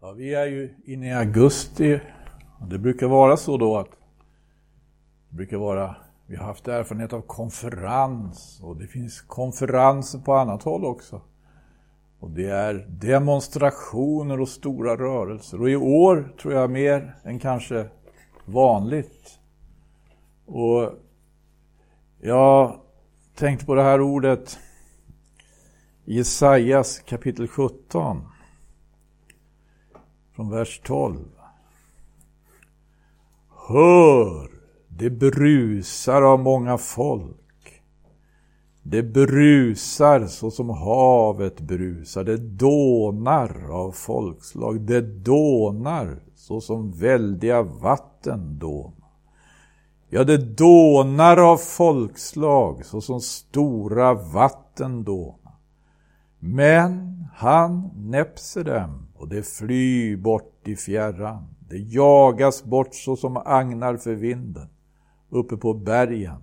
Ja, vi är ju inne i augusti och det brukar vara så då att vi har haft erfarenhet av konferens och det finns konferenser på annat håll också. Och det är demonstrationer och stora rörelser. Och i år tror jag mer än kanske vanligt. Och jag tänkte på det här ordet i Jesajas kapitel 17. Från vers 12. Hör, det brusar av många folk. Det brusar så som havet brusar. Det dånar av folkslag. Det dånar så som väldiga vatten dånar. Ja, det dånar av folkslag så som stora vatten dånar. Men han näpser dem och det flyr bort i fjärran. Det jagas bort så som agnar för vinden uppe på bergen.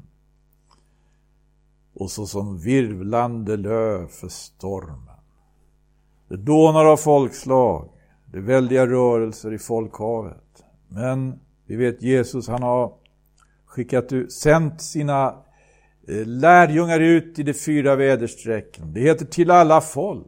Och så som virvlande löv för stormen. Det dånar av folkslag. Det är väldiga rörelser i folkhavet. Men vi vet Jesus, han har sänt sina lärjungar ut i de 4 väderstrecken. Det heter till alla folk.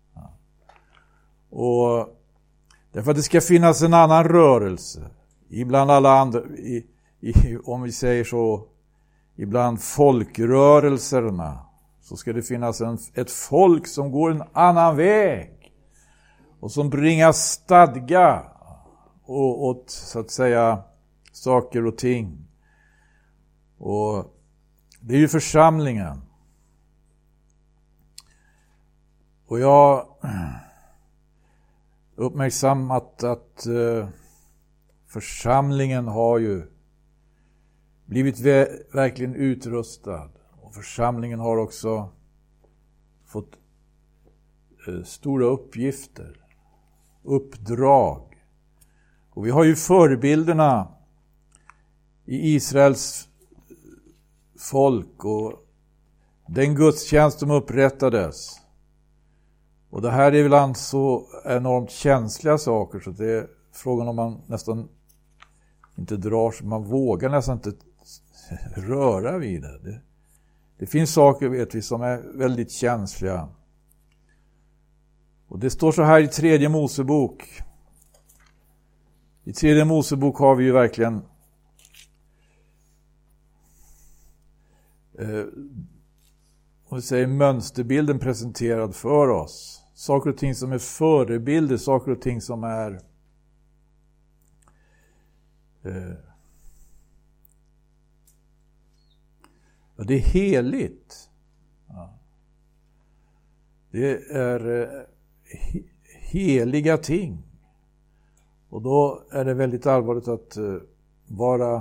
Och därför att det ska finnas en annan rörelse. Ibland alla andra, om vi säger så, ibland folkrörelserna. Så ska det finnas ett folk som går en annan väg. Och som bringar stadga åt så att säga saker och ting. Och det är ju församlingen. Och jag uppmärksammat att församlingen har ju blivit verkligen utrustad. Och församlingen har också fått stora uppgifter, uppdrag. Och vi har ju förebilderna i Israels folk och den gudstjänst som upprättades. Och det här är ibland så enormt känsliga saker så det är frågan om man nästan inte drar sig. Man vågar nästan inte röra vid det. Det finns saker, vet vi, som är väldigt känsliga. Och det står så här i 3:e Mosebok. I 3:e Mosebok har vi ju verkligen om vi säger mönsterbilden presenterad för oss. Saker och ting som är förebilder, saker och ting som är det är heligt. Ja. Det är heliga ting. Och då är det väldigt allvarligt att vara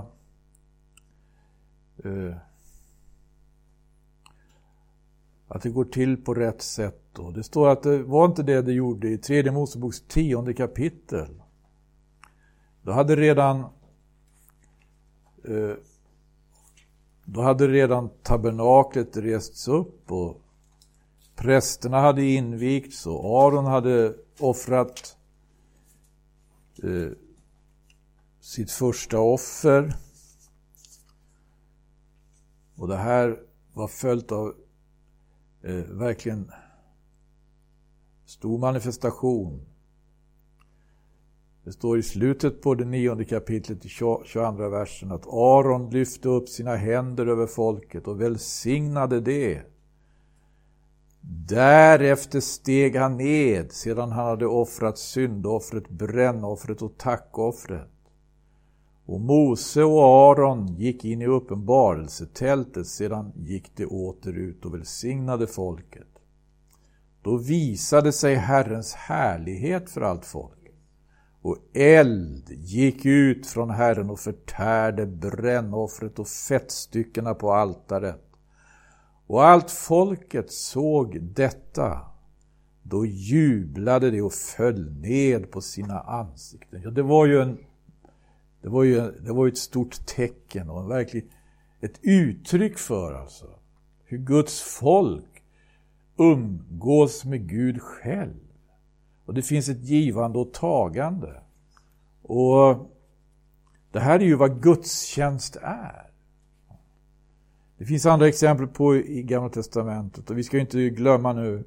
att det går till på rätt sätt. Då. Det står att det var inte det gjorde i 3:e Moseboks 10:e kapitel. Då hade redan tabernaklet rests upp och prästerna hade invigts och Aron hade offrat sitt första offer. Och det här var följt av verkligen stor manifestation. Det står i slutet på det 9:e kapitlet i 22:a versen att Aron lyfte upp sina händer över folket och välsignade det. Därefter steg han ned sedan han hade offrat syndoffret, brännoffret och tackoffret. Och Mose och Aron gick in i uppenbarelsetältet, sedan gick de åter ut och välsignade folket. Då visade sig Herrens härlighet för allt folk. Och eld gick ut från Herren och förtärde brännoffret och fettstyckena på altaret. Och allt folket såg detta. Då jublade de och föll ned på sina ansikten. Ja, det var ju ett stort tecken och verkligen ett uttryck för alltså hur Guds folk umgås med Gud själv. Och det finns ett givande och tagande. Och det här är ju vad gudstjänst är. Det finns andra exempel på i Gamla testamentet. Och vi ska ju inte glömma nu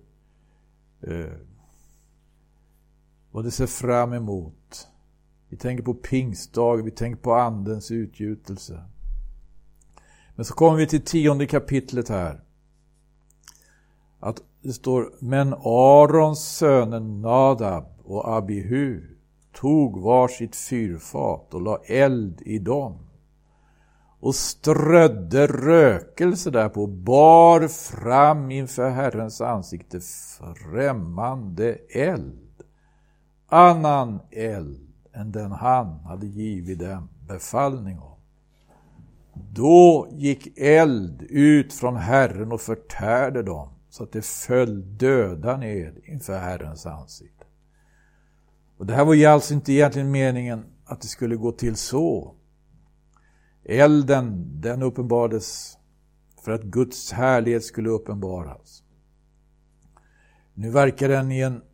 vad det ser fram emot. Vi tänker på pingstdag, vi tänker på andens utgjutelse. Men så kommer vi till 10:e kapitlet här. Att det står: men Arons söner Nadab och Abihu tog var sitt fyrfat och la eld i dem och strödde rökelse därpå och bar fram inför Herrens ansikte främmande eld, annan eld än den han hade givit dem befallning om. Då gick eld ut från Herren och förtärde dem, så att det föll döda ner inför Herrens ansikte. Och det här var ju alltså inte egentligen meningen att det skulle gå till så. Elden, den uppenbarades för att Guds härlighet skulle uppenbaras. Nu verkar den i en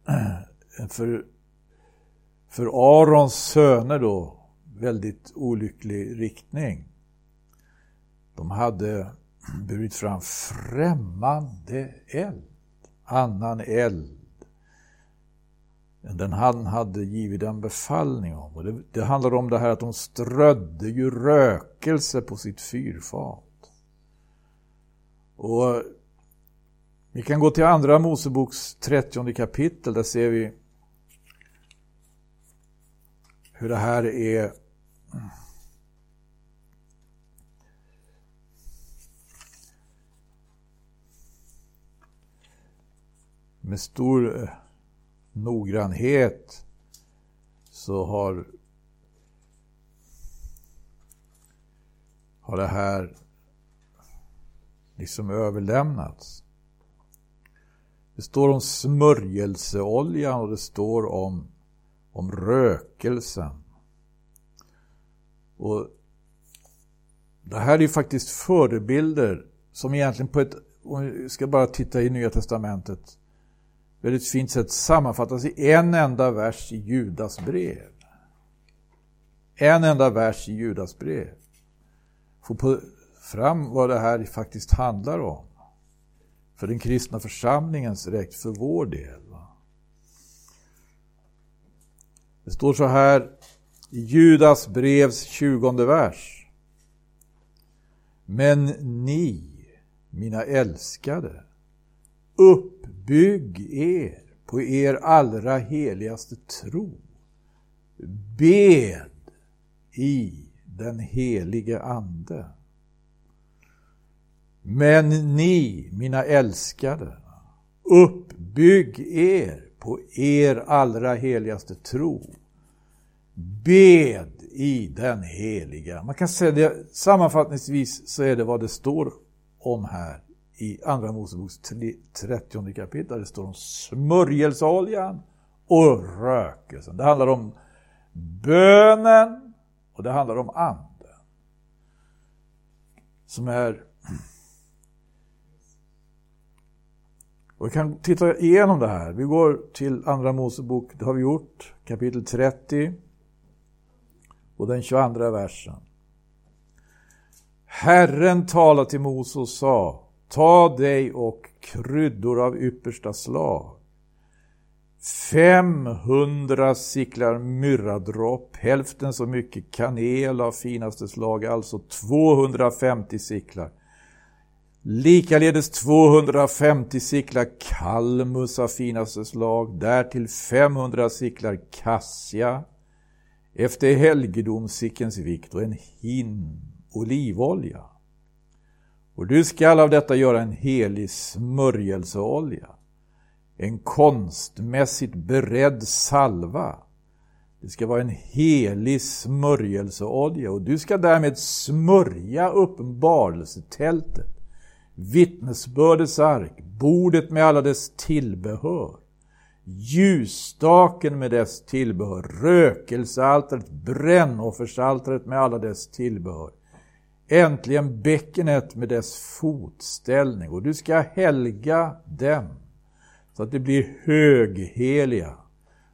för Arons söner då väldigt olycklig riktning. De hade burit fram främmande eld, annan eld än den han hade givit dem befallning om. Och det handlar om det här att de strödde ju rökelse på sitt fyrfat. Och vi kan gå till andra Moseboks 30:e kapitel. Där ser vi hur det här är med stor noggrannhet så har det här liksom överlämnats. Det står om smörjelseoljan och det står om rökelsen. Och det här är ju faktiskt förebilder som egentligen på ett, om vi ska bara titta i Nya testamentet, väldigt fint sätt sammanfattas i en enda vers i Judas brev. En enda vers i Judas brev. Få fram vad det här faktiskt handlar om. För den kristna församlingens rätt, för vår del. Det står så här i Judas brevs 20:e vers. Men ni, mina älskade, uppbygg er på er allra heligaste tro. Bed i den helige ande. Men ni, mina älskade, uppbygg er på er allra heligaste tro. Bed i den heliga. Man kan säga det sammanfattningsvis, så är det vad det står om här i andra Moseboks 30:e kapitel. Det står om smörjelseoljan och rökelsen. Det handlar om bönen och det handlar om anden. Som är... Och vi kan titta igenom det här. Vi går till andra Mosebok, det har vi gjort, kapitel 30 och den 22:a versen. Herren talade till Mose och sa: ta dig och kryddor av yppersta slag, 500 siklar myrradropp, hälften så mycket kanel av finaste slag, alltså 250 siklar. Likaledes 250 siklar kalmus av finaste slag, därtill 500 siklar kassia, efter helgedomssickens vikt, och en hinn olivolja. Och du skall av detta göra en helig smörjelseolja, en konstmässigt beredd salva. Det ska vara en helig smörjelseolja, och du ska därmed smörja uppenbarelsetältet, vittnesbördets ark, bordet med alla dess tillbehör, ljusstaken med dess tillbehör, rökelsealtaret, brännoffersaltaret med alla dess tillbehör, äntligen bäckenet med dess fotställning. Och du ska helga dem så att det blir högheliga.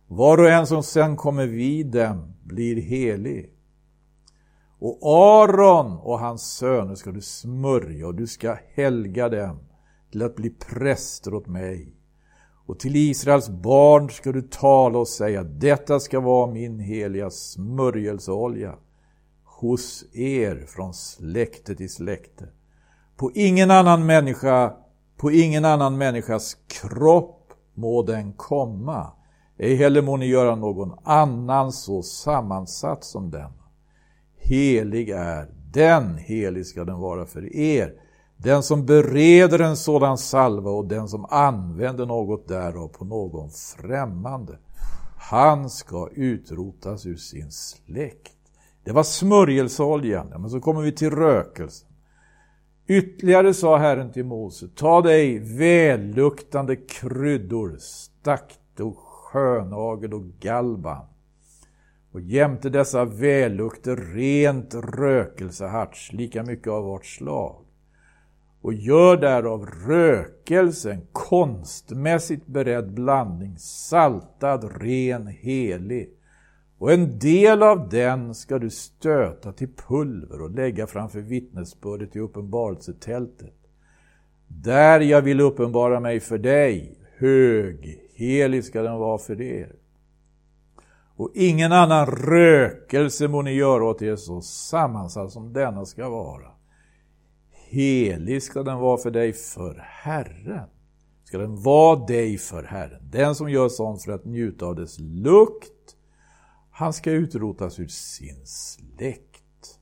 Var och en som sen kommer vid dem blir helig. Och Aron och hans söner ska du smörja, och du ska helga dem till att bli präster åt mig. Och till Israels barn ska du tala och säga: detta ska vara min heliga smörjelseolja hos er från släkte till släkte. På ingen annan människas kropp må den komma. Ej heller må ni göra någon annan så sammansatt som den. Helig är den, helig ska den vara för er. Den som bereder en sådan salva och den som använder något därav på någon främmande, han ska utrotas ur sin släkt. Det var smörjelseoljan, men så kommer vi till rökelsen. Ytterligare sa Herren till Mose: ta dig välluktande kryddor, stakte och skönagel och galban, och jämte dessa vällukter rent rökelseharts, lika mycket av vart slag. Och gör därav rökelsen konstmässigt beredd blandning, saltad, ren, helig. Och en del av den ska du stöta till pulver och lägga framför vittnesbördet i uppenbarelsetältet. Där jag vill uppenbara mig för dig, hög, helig ska den vara för er. Och ingen annan rökelse må ni göra åt er så sammansatt som denna ska vara. Helig ska den vara för dig för Herren. Ska den vara dig för Herren. Den som gör sånt för att njuta av dess lukt, han ska utrotas ur sin släkt.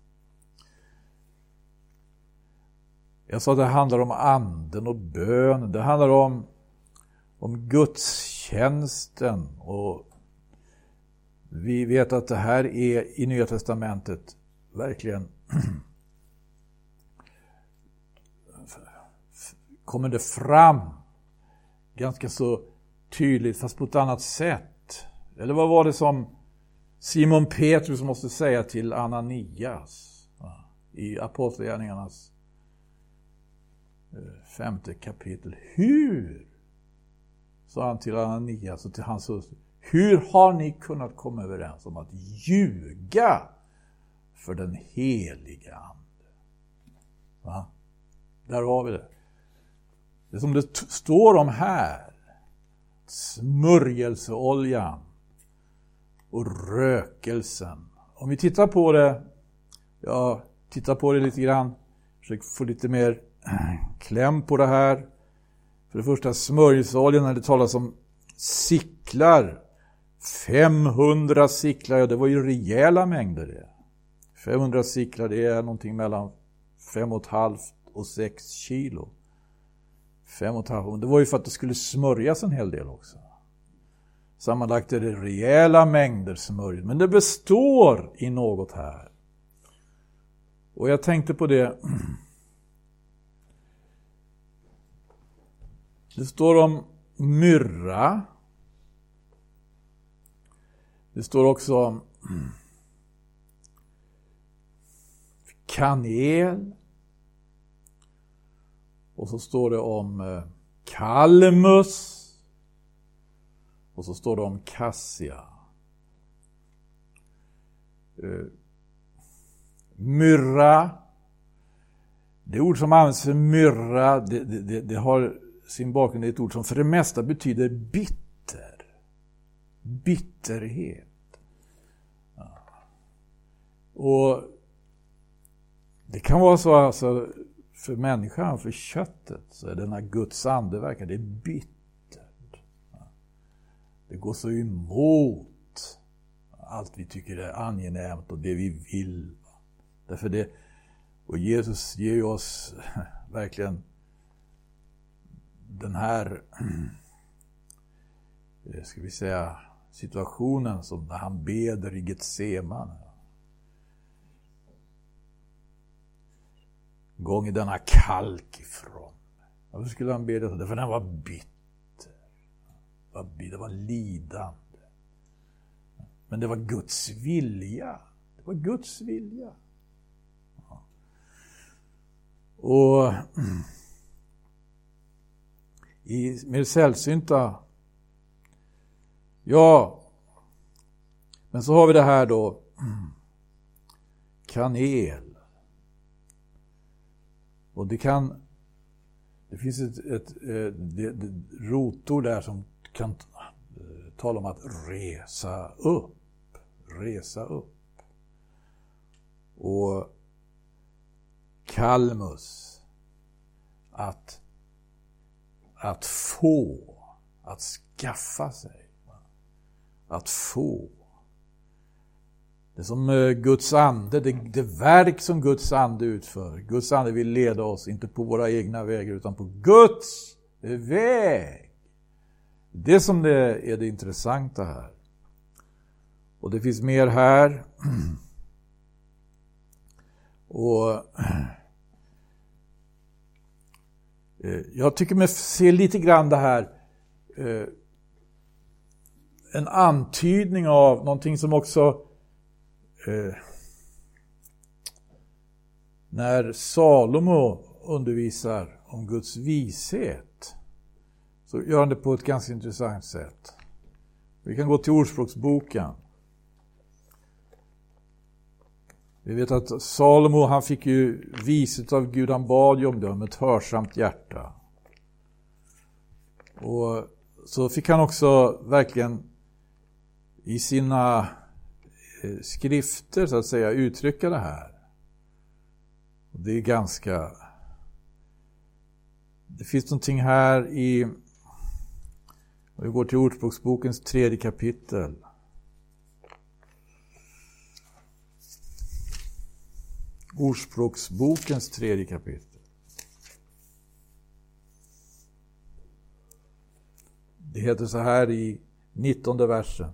Jag sa att det handlar om anden och bön. Det handlar om gudstjänsten. Och vi vet att det här är i Nya testamentet verkligen kommer det fram ganska så tydligt, fast på ett annat sätt. Eller vad var det som Simon Petrus måste säga till Ananias i Apostlagärningarnas 5:e kapitel? Hur, sa han till Ananias och till hans hustru, hur har ni kunnat komma överens om att ljuga för den heliga ande? Va? Där har vi det. Det som det står om här, smörjelseoljan och rökelsen. Om vi tittar på det, tittar på det lite grann, försöker få lite mer kläm på det här. För det första, smörjelseoljan, när det talas om sicklar, 500 sicklar, ja, det var ju rejäla mängder det. 500 sicklar, det är någonting mellan 5,5 och 6 kilo. 5,5. Det var ju för att det skulle smörjas en hel del också. Sammanlagt är det rejäla mängder smörj. Men det består i något här. Och jag tänkte på det. Det står om myrra. Det står också om kanel. Och så står det om kalmus. Och så står det om kassia. Myrra. Det ord som används för myrra, det har sin bakgrund i ett ord som för det mesta betyder bitter. Bitterhet. Ja. Och det kan vara så alltså, för människan, för köttet, så är denna Guds andeverk, det är bittert. Det går så emot allt vi tycker är angenämt och det vi vill. Därför det, och Jesus ger oss verkligen den här, ska vi säga, situationen som när han beder i Getsemane. Gång i denna kalk ifrån. Varför skulle han beda så? Därför den var bitter. Det var lidande. Men det var Guds vilja. Det var Guds vilja. Ja. Och i mer sällsynta, ja, Men så har vi det här då. Kanel. Och det finns ett rotord där som kan tala om att resa upp. Resa upp. Och kalmus. Att få. Att skaffa sig. Att få. Det är som Guds ande, det verk som Guds ande utför. Guds ande vill leda oss, inte på våra egna vägar, utan på Guds väg. Det som det är det intressanta här. Och det finns mer här. Och jag tycker mig se lite grann det här. En antydning av någonting som också när Salomo undervisar om Guds vishet, så gör han det på ett ganska intressant sätt. Vi kan gå till Ordspråksboken. Vi vet att Salomo, han fick ju vishet av Gud, han bad ju om det, med ett hörsamt hjärta. Och så fick han också verkligen i sina skrifter, så att säga, uttrycka det här. Och det är ganska... Det finns någonting här i... Vi går till Ordspråksbokens 3:e kapitel. Ordspråksbokens 3:e kapitel. Det heter så här i 19:e versen.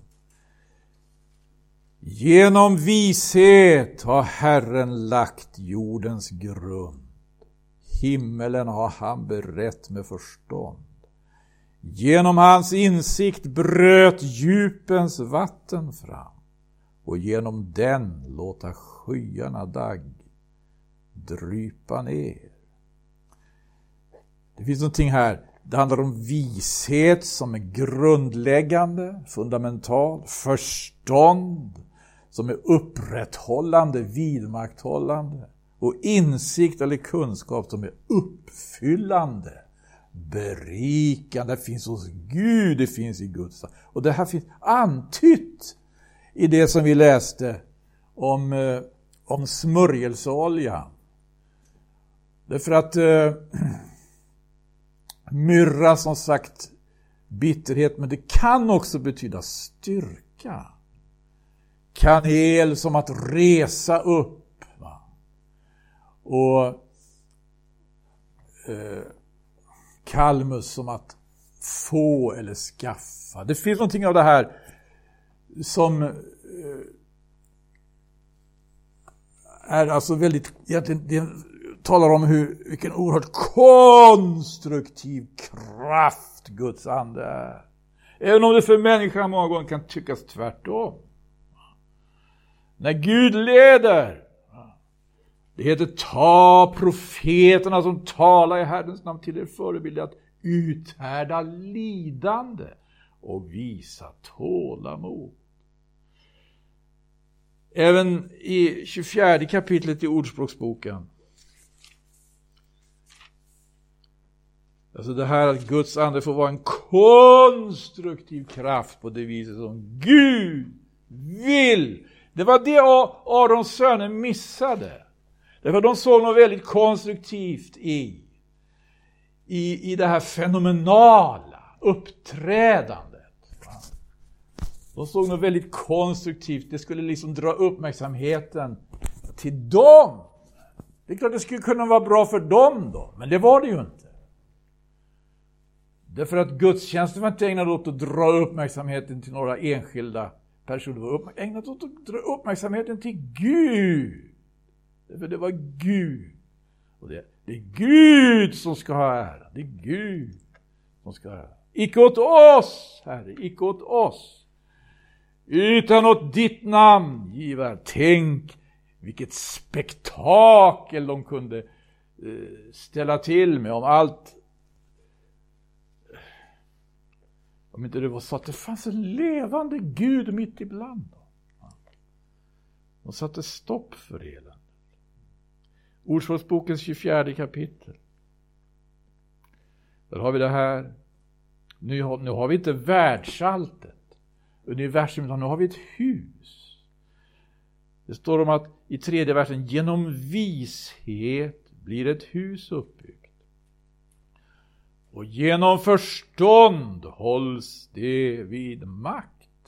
Genom vishet har Herren lagt jordens grund. Himmelen har han berett med förstånd. Genom hans insikt bröt djupens vatten fram. Och genom den låta skyarna drypa ner. Det finns någonting här. Det handlar om vishet som är grundläggande, fundamental. Förstånd som är upprätthållande, vidmakthållande. Och insikt eller kunskap som är uppfyllande, berikande. Det finns hos Gud, det finns i Guds. Och det här finns antytt i det som vi läste om smörjelseolja. Därför att myrra, som sagt, bitterhet, men det kan också betyda styrka. Kanel som att resa upp. Va? Och kalmus som att få eller skaffa. Det finns någonting av det här som är alltså väldigt, det talar om vilken oerhört konstruktiv kraft Guds ande är. Även om det för människan många gånger kan tyckas tvärtom. När Gud leder, det heter ta profeterna som talar i Herrens namn till er förebild att uthärda lidande och visa tålamod. Även i 24 kapitlet i Ordspråksboken. Alltså det här att Guds ande får vara en konstruktiv kraft på det viset som Gud vill. Det var det Arons söner missade. Därför de såg något väldigt konstruktivt i det här fenomenala uppträdandet. De såg något väldigt konstruktivt. Det skulle liksom dra uppmärksamheten till dem. Det är klart det skulle kunna vara bra för dem då. Men det var det ju inte. Därför att gudstjänsten var inte ägnad åt att dra uppmärksamheten till några enskilda personer. Det var ägnat åt att dra uppmärksamheten till Gud. Därför det var Gud. Och det är Gud som ska ha ära. Det är Gud som ska ha ära. Icke åt oss, Herre. Icke åt oss. Utan åt ditt namn, givare. Tänk vilket spektakel de kunde ställa till med om allt. Om inte det var så att det fanns en levande Gud mitt ibland dem. De satte stopp för eländet. Ordspråksbokens 24 kapitel. Där har vi det här. Nu har vi inte världsalltet, universum, utan nu har vi ett hus. Det står om att i 3:e versen, genom vishet blir ett hus uppbyggt. Och genom förstånd hålls det vid makt.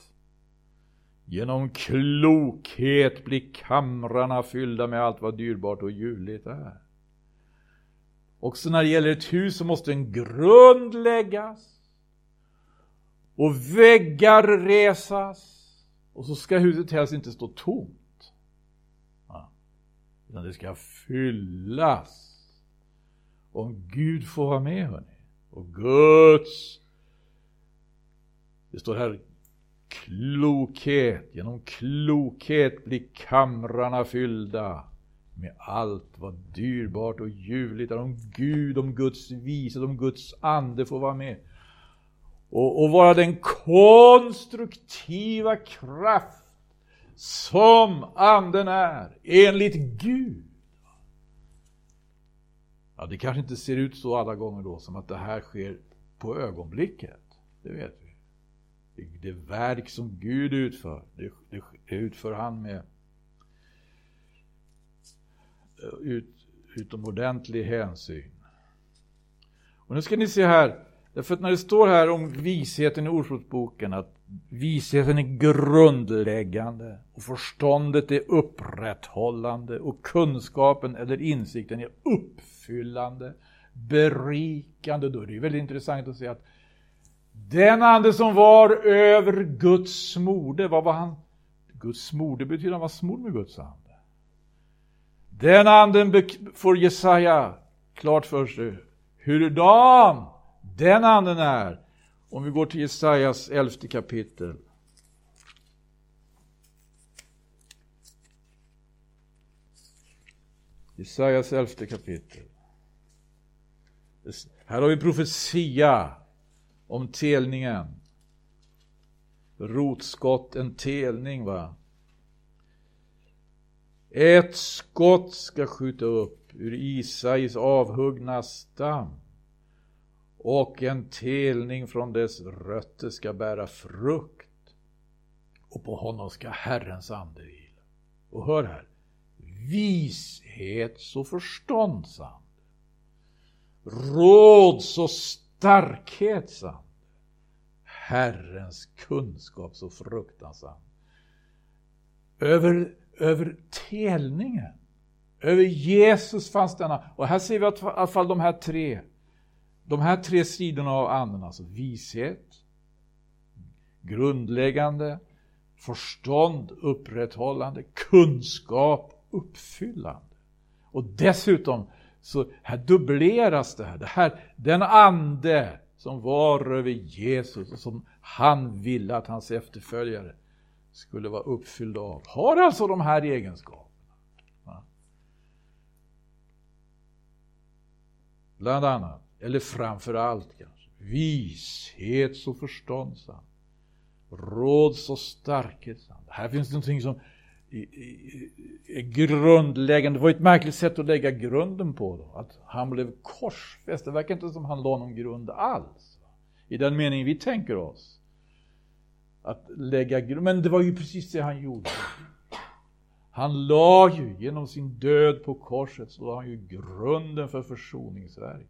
Genom klokhet blir kamrarna fyllda med allt vad dyrbart och ljuvligt är. Också när det gäller ett hus så måste en grund läggas. Och väggar resas. Och så ska huset helst inte stå tomt. Ja. Utan det ska fyllas. Om Gud får vara med, hörni. Och Guds. Det står här. Klokhet. Genom klokhet blir kamrarna fyllda. Med allt vad dyrbart och ljuvligt är. Om Gud, om Guds vishet, om Guds ande får vara med. Och vara den konstruktiva kraft som anden är, enligt Gud. Ja, det kanske inte ser ut så alla gånger då, som att det här sker på ögonblicket. Det vet vi. Det verk som Gud utför, det utför han med utomordentlig hänsyn. Och nu ska ni se här, därför att när det står här om visheten i Ordspråksboken, att visheten är grundläggande och förståndet är upprätthållande och kunskapen eller insikten är uppfyllande, berikande, då är det väldigt intressant att se att den ande som var över Guds smorde, vad var han? Guds smorde betyder han var smord med Guds ande. Den anden får Jesaja klart för sig hurdan den anden är. Om vi går till Jesajas 11:e kapitel. Jesajas 11:e kapitel. Här har vi profetia om telningen. Rotskott, en telning, va? Ett skott ska skjuta upp ur Isais avhuggna stam. Och en telning från dess rötter ska bära frukt. Och på honom ska Herrens ande vila. Och hör här. Vishets och förståndsande. Råds och starkhetsande. Herrens kunskaps och fruktansande. Över telningen. Över Jesus fanns denna. Och här ser vi att i alla fall de här tre sidorna av anden, alltså vishet, grundläggande, förstånd, upprätthållande, kunskap, uppfyllande. Och dessutom så här dubbleras det här. Den ande som var över Jesus och som han ville att hans efterföljare skulle vara uppfylld av, har alltså de här egenskaperna. Bland annat, eller framför allt kanske, vishets och förståndsand, råds och starkhetsand. Här finns det någonting som är grundläggande. Det var ett märkligt sätt att lägga grunden på då. Att han blev korsfäst. Det verkar inte som han la någon grund alls. I den meningen vi tänker oss. Att lägga grund. Men det var ju precis det han gjorde. Han la ju genom sin död på korset, så la han ju grunden för försoningsverket.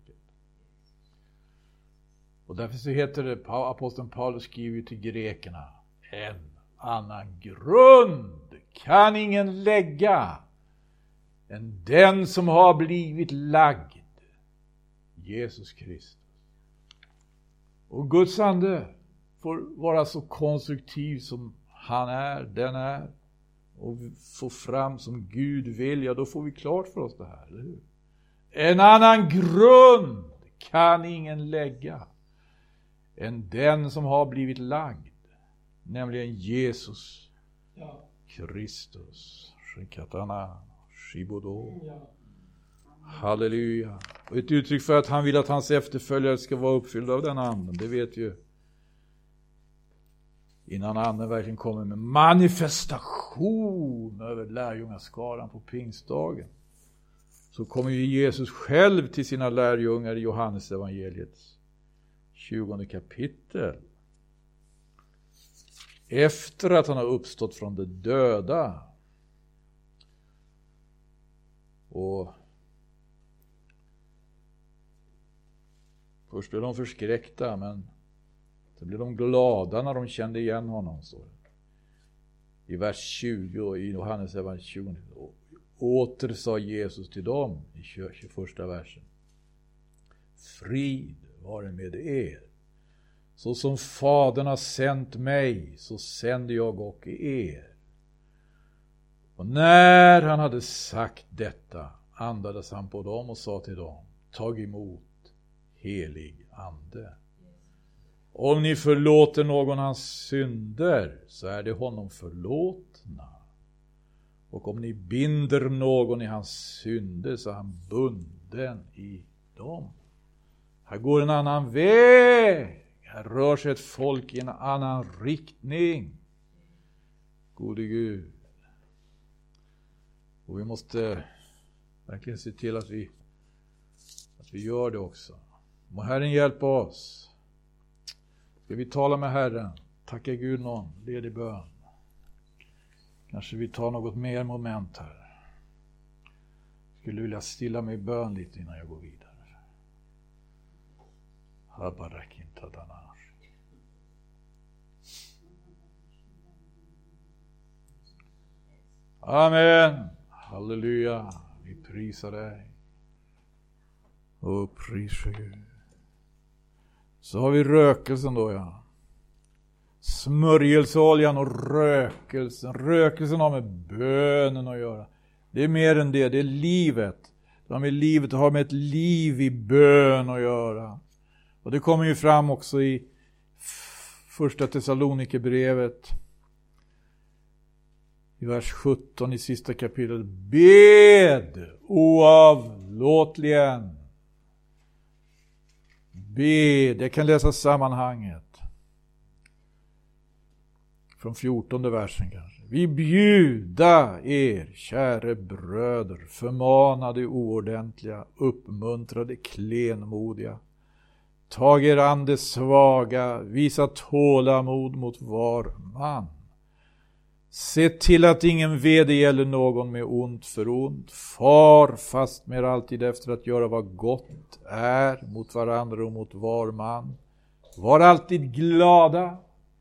Och därför så heter det, aposteln Paulus skriver till grekerna, en annan grund kan ingen lägga än den som har blivit lagd, Jesus Kristus. Och Guds ande får vara så konstruktiv som han är, den är, och få fram som Gud vill, ja då får vi klart för oss det här, eller hur? En annan grund kan ingen lägga än den som har blivit lagd, nämligen Jesus Kristus. Shikatana, Shibodo. Halleluja. Och ett uttryck för att han vill att hans efterföljare ska vara uppfyllda av den anden, det vet ju innan anden verkligen kommer med manifestation över lärjungaskaran på pingstdagen, så kommer ju Jesus själv till sina lärjungar i Johannes evangeliets 20 kapitel. Efter att han har uppstått från de döda. Och först blev de förskräckta, men så blev de glada när de kände igen honom. Så i vers 20 och i Johannes evangeliet 20. Åter sa Jesus till dem i 21 versen: frid vare med er. Så som Fadern har sänt mig, så sänder jag och er. Och när han hade sagt detta, andades han på dem och sa till dem: tag emot helig ande. Om ni förlåter någon hans synder, så är det honom förlåtna. Och om ni binder någon i hans synder, så är han bunden i dem. Här går en annan väg. Här rör sig ett folk i en annan riktning. Gode Gud. Och vi måste verkligen se till att vi gör det också. Må Herren hjälpa oss. Ska vi tala med Herren? Tacka Gud någon ledig bön. Kanske vi tar något mer moment här. Skulle vilja stilla mig i bön lite innan jag går vidare. Amen. Halleluja. Vi prisar dig. Och prisar Gud. Så har vi rökelsen då, ja. Smörjelseoljan och rökelsen. Rökelsen har med bönen att göra. Det är mer än det. Det är livet. Det har med livet att ha med ett liv i bön att göra. Och det kommer ju fram också i första Thessalonikerbrevet. I vers 17 i sista kapitlet. Bed oavlåtligen. Bed. Jag kan läsa sammanhanget. Från 14:e versen kanske. Vi bjuda er, käre bröder, förmanade oordentliga, uppmuntrade klenmodiga. Tag er an det svaga, visa tålamod mot var man. Se till att ingen vedergäller någon med ont för ont. Far fast med alltid efter att göra vad gott är mot varandra och mot var man. Var alltid glada.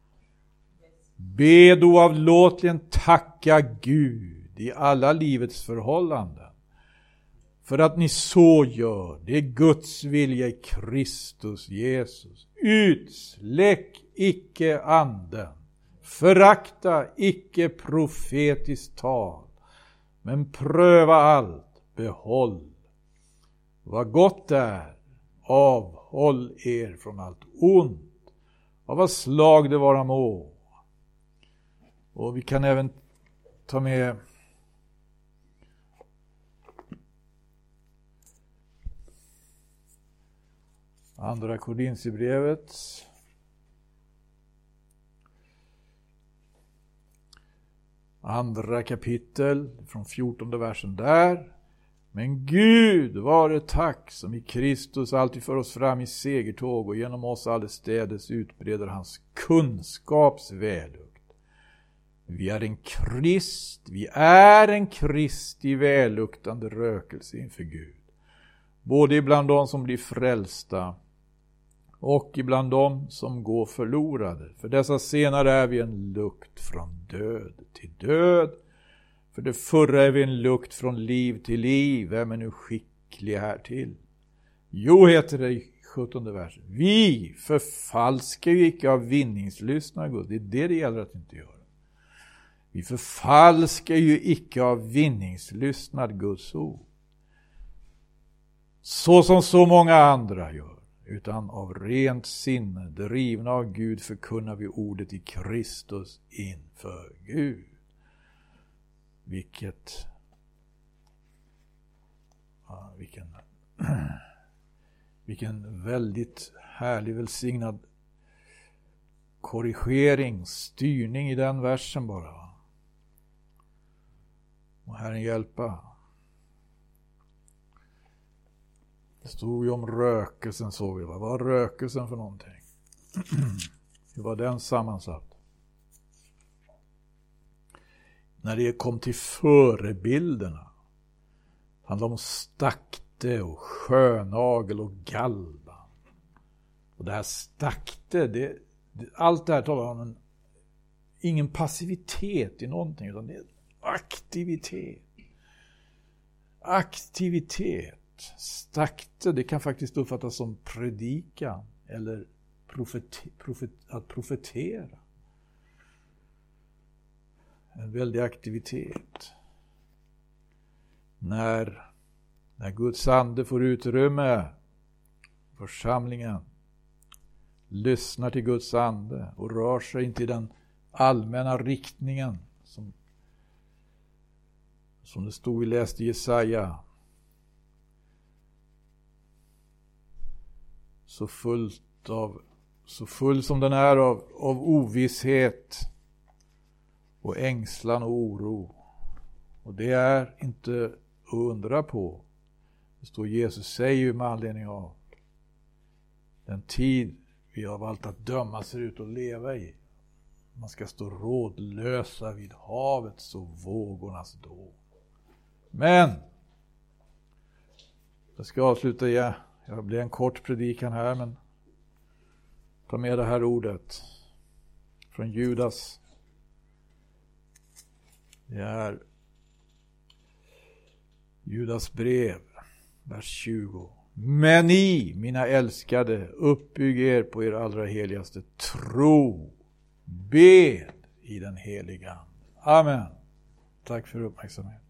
Bed oavlåtligen, tacka Gud i alla livets förhållanden. För att ni så gör, det är Guds vilja i Kristus Jesus. Utsläck icke anden. Förakta icke profetiskt tal, men pröva allt, behåll vad gott är, avhåll er från allt ont, av vad slag det vara må. Och vi kan även ta med andra Korinthierbrevet. Andra kapitel från 14:e versen där. Men Gud vare tack som i Kristus alltid för oss fram i segertåg och genom oss allestädes utbreder hans kunskaps vällukt. Vi är en Kristi välluktande rökelse inför Gud. Både ibland de som blir frälsta och ibland de som går förlorade. För dessa senare är vi en lukt från död till död. För det förra är vi en lukt från liv till liv. Vem är nu skicklig här till? Jo, heter det i 17:e versen. Vi förfalskar ju icke av vinningslystnad, Gud. Det är det gäller att inte göra. Vi förfalskar ju icke av vinningslystnad Guds ord. Så som så många andra gör. Utan av rent sinne, drivna av Gud, förkunnar vi ordet i Kristus inför Gud. Vilken väldigt härlig, välsignad korrigering, styrning i den versen bara. Och Herren hjälpa. Det stod ju om rökelsen, såg vi. Vad var rökelsen för någonting? Hur var den sammansatt? När det kom till förebilderna, handlade om stakte och sjönagel och galban. Och det här stakte, allt det här talar om ingen passivitet i någonting, utan det är aktivitet. Aktivitet. Stakte, det kan faktiskt uppfattas som predikan eller att profetera. En väldig aktivitet. När Guds ande får utrymme, församlingen lyssnar till Guds ande och rör sig inte i den allmänna riktningen som det stod vi läste i Jesaja. Så full som den är av ovisshet och ängslan och oro. Och det är inte att undra på. Det står Jesus säger ju med anledning av den tid vi har valt att döma ser ut att leva i. Man ska stå rådlösa vid havets och vågornas dån. Men jag ska avsluta igen. Jag blir en kort predikan här, men ta med det här ordet från Judas. Det är Judas brev, vers 20. Men ni, mina älskade, uppbygg er på er allra heligaste tro. Bed i den heliga. Amen. Tack för uppmärksamhet.